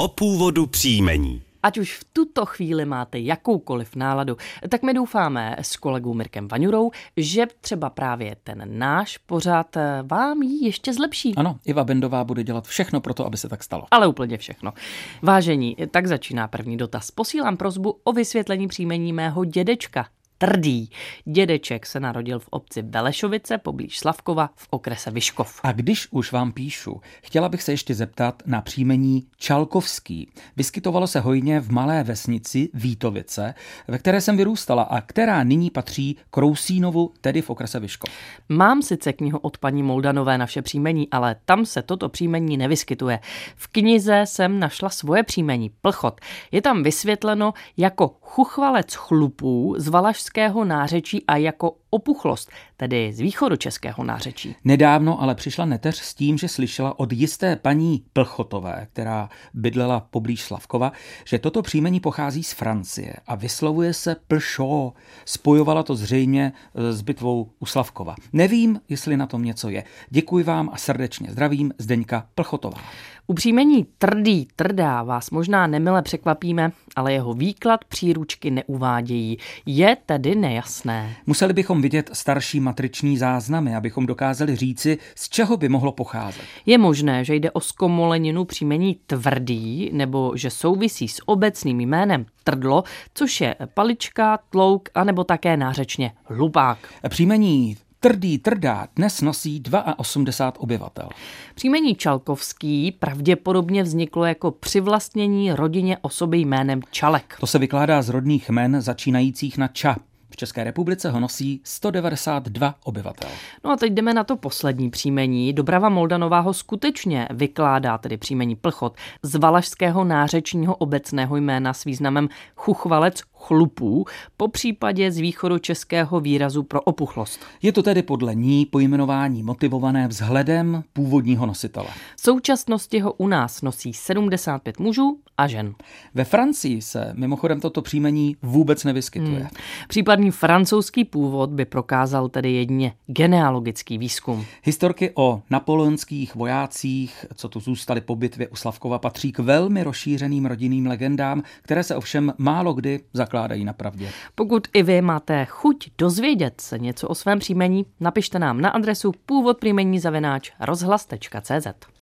o původu příjmení. Ať už v tuto chvíli máte jakoukoliv náladu, tak my doufáme s kolegou Mirkem Vaňurou, že třeba právě ten náš pořad vám ji ještě zlepší. Ano, Iva Bendová bude dělat všechno pro to, aby se tak stalo. Ale úplně všechno. Vážení, tak začíná první dotaz. Posílám prosbu o vysvětlení příjmení mého dědečka. Trdý. Dědeček se narodil v obci Velešovice poblíž Slavkova v okrese Vyškov. A když už vám píšu, chtěla bych se ještě zeptat na příjmení Čalkovský. Vyskytovalo se hojně v malé vesnici Vítovice, ve které jsem vyrůstala a která nyní patří k Rousínovu, tedy v okrese Vyškov. Mám sice knihu od paní Moldanové Naše příjmení, ale tam se toto příjmení nevyskytuje. V knize jsem našla svoje příjmení Plchot. Je tam vysvětleno jako chuchvalec chlupů z valašského nářečí a jako opuchlost, tedy z východočeského nářečí. Nedávno ale přišla neteř s tím, že slyšela od jisté paní Plchotové, která bydlela poblíž Slavkova, že toto příjmení pochází z Francie a vyslovuje se Plšo. Spojovala to zřejmě s bitvou u Slavkova. Nevím, jestli na tom něco je. Děkuji vám a srdečně zdravím, Zdeňka Plchotová. U příjmení Trdý, Trdá vás možná nemile překvapíme, ale jeho výklad příručky neuvádějí. Je tedy nejasné. Museli bychom vidět starší matriční záznamy, abychom dokázali říci, z čeho by mohlo pocházet. Je možné, že jde o zkomoleninu příjmení Tvrdý, nebo že souvisí s obecným jménem Trdlo, což je palička, tlouk, anebo také nářečně hlupák. Příjmení Trdý, Trdá dnes nosí 82 obyvatel. Příjmení Čalkovský pravděpodobně vzniklo jako přivlastnění rodině osoby jménem Čalek. To se vykládá z rodných jmen začínajících na Ča. V České republice ho nosí 192 obyvatel. No a teď jdeme na to poslední příjmení. Dobrava Moldanová ho skutečně vykládá, tedy příjmení Plchot, z valašského nářečního obecného jména s významem chuchvalec chlupů, po případě z východočeského výrazu pro opuchlost. Je to tedy podle ní pojmenování motivované vzhledem původního nositele. V současnosti ho u nás nosí 75 mužů a žen. Ve Francii se mimochodem toto příjmení vůbec nevyskytuje. Případný francouzský původ by prokázal tedy jedině genealogický výzkum. Historky o napoleonských vojácích, co tu zůstali po bitvě u Slavkova, patří k velmi rozšířeným rodinným legendám, které se ovšem málo kdy zakládají na pravdě. Pokud i vy máte chuť dozvědět se něco o svém příjmení, napište nám na adresu původpříjmení@rozhlas.cz.